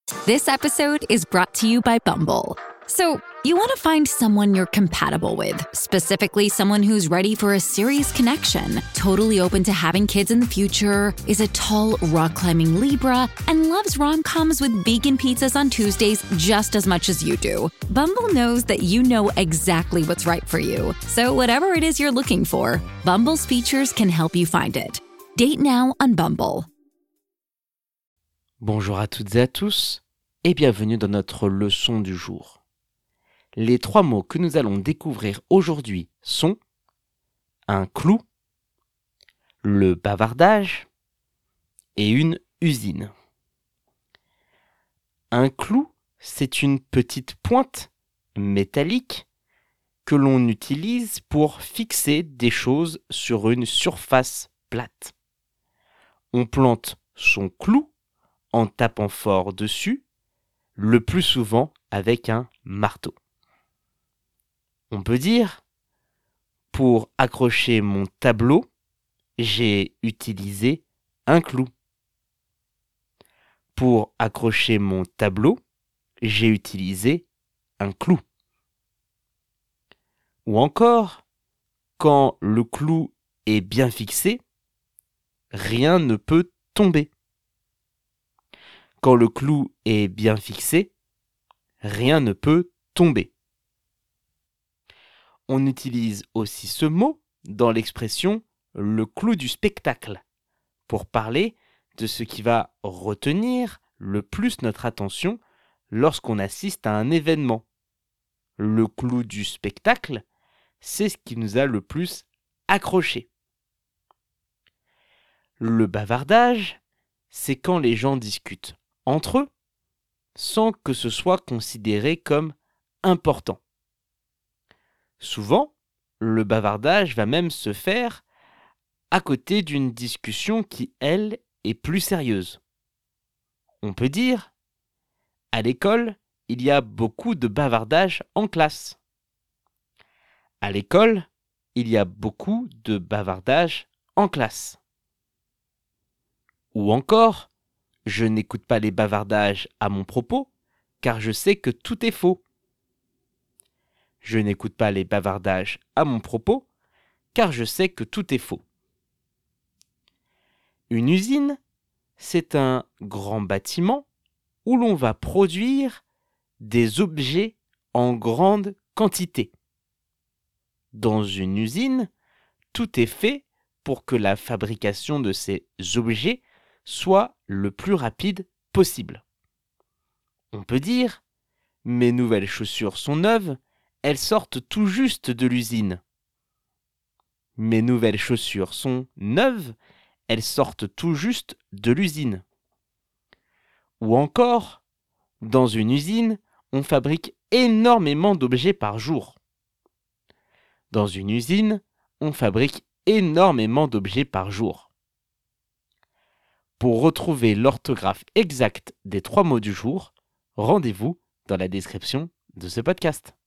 This episode is brought to you by Bumble. So, you want to find someone you're compatible with, specifically someone who's ready for a serious connection, totally open to having kids in the future, is a tall, rock-climbing Libra, and loves rom-coms with vegan pizzas on Tuesdays just as much as you do. Bumble knows that you know exactly what's right for you. So whatever it is you're looking for, Bumble's features can help you find it. Date now on Bumble. Bonjour à toutes et à tous, et bienvenue dans notre leçon du jour. Les 3 mots que nous allons découvrir aujourd'hui sont un clou, le bavardage et une usine. Un clou, c'est une petite pointe métallique que l'on utilise pour fixer des choses sur une surface plate. On plante son clou en tapant fort dessus, le plus souvent avec un marteau. On peut dire, pour accrocher mon tableau, j'ai utilisé un clou. Pour accrocher mon tableau, j'ai utilisé un clou. Ou encore, quand le clou est bien fixé, rien ne peut tomber. Quand le clou est bien fixé, rien ne peut tomber. On utilise aussi ce mot dans l'expression « le clou du spectacle » pour parler de ce qui va retenir le plus notre attention lorsqu'on assiste à un événement. Le clou du spectacle, c'est ce qui nous a le plus accroché. Le bavardage, c'est quand les gens discutent entre eux sans que ce soit considéré comme important. Souvent, le bavardage va même se faire à côté d'une discussion qui, elle, est plus sérieuse. On peut dire, à l'école, il y a beaucoup de bavardage en classe. À l'école, il y a beaucoup de bavardage en classe. Ou encore, je n'écoute pas les bavardages à mon propos, car je sais que tout est faux. Je n'écoute pas les bavardages à mon propos, car je sais que tout est faux. Une usine, c'est un grand bâtiment où l'on va produire des objets en grande quantité. Dans une usine, tout est fait pour que la fabrication de ces objets soit le plus rapide possible. On peut dire, mes nouvelles chaussures sont neuves, elles sortent tout juste de l'usine. Mes nouvelles chaussures sont neuves, elles sortent tout juste de l'usine. Ou encore, dans une usine, on fabrique énormément d'objets par jour. Dans une usine, on fabrique énormément d'objets par jour. Pour retrouver l'orthographe exacte des 3 mots du jour, rendez-vous dans la description de ce podcast.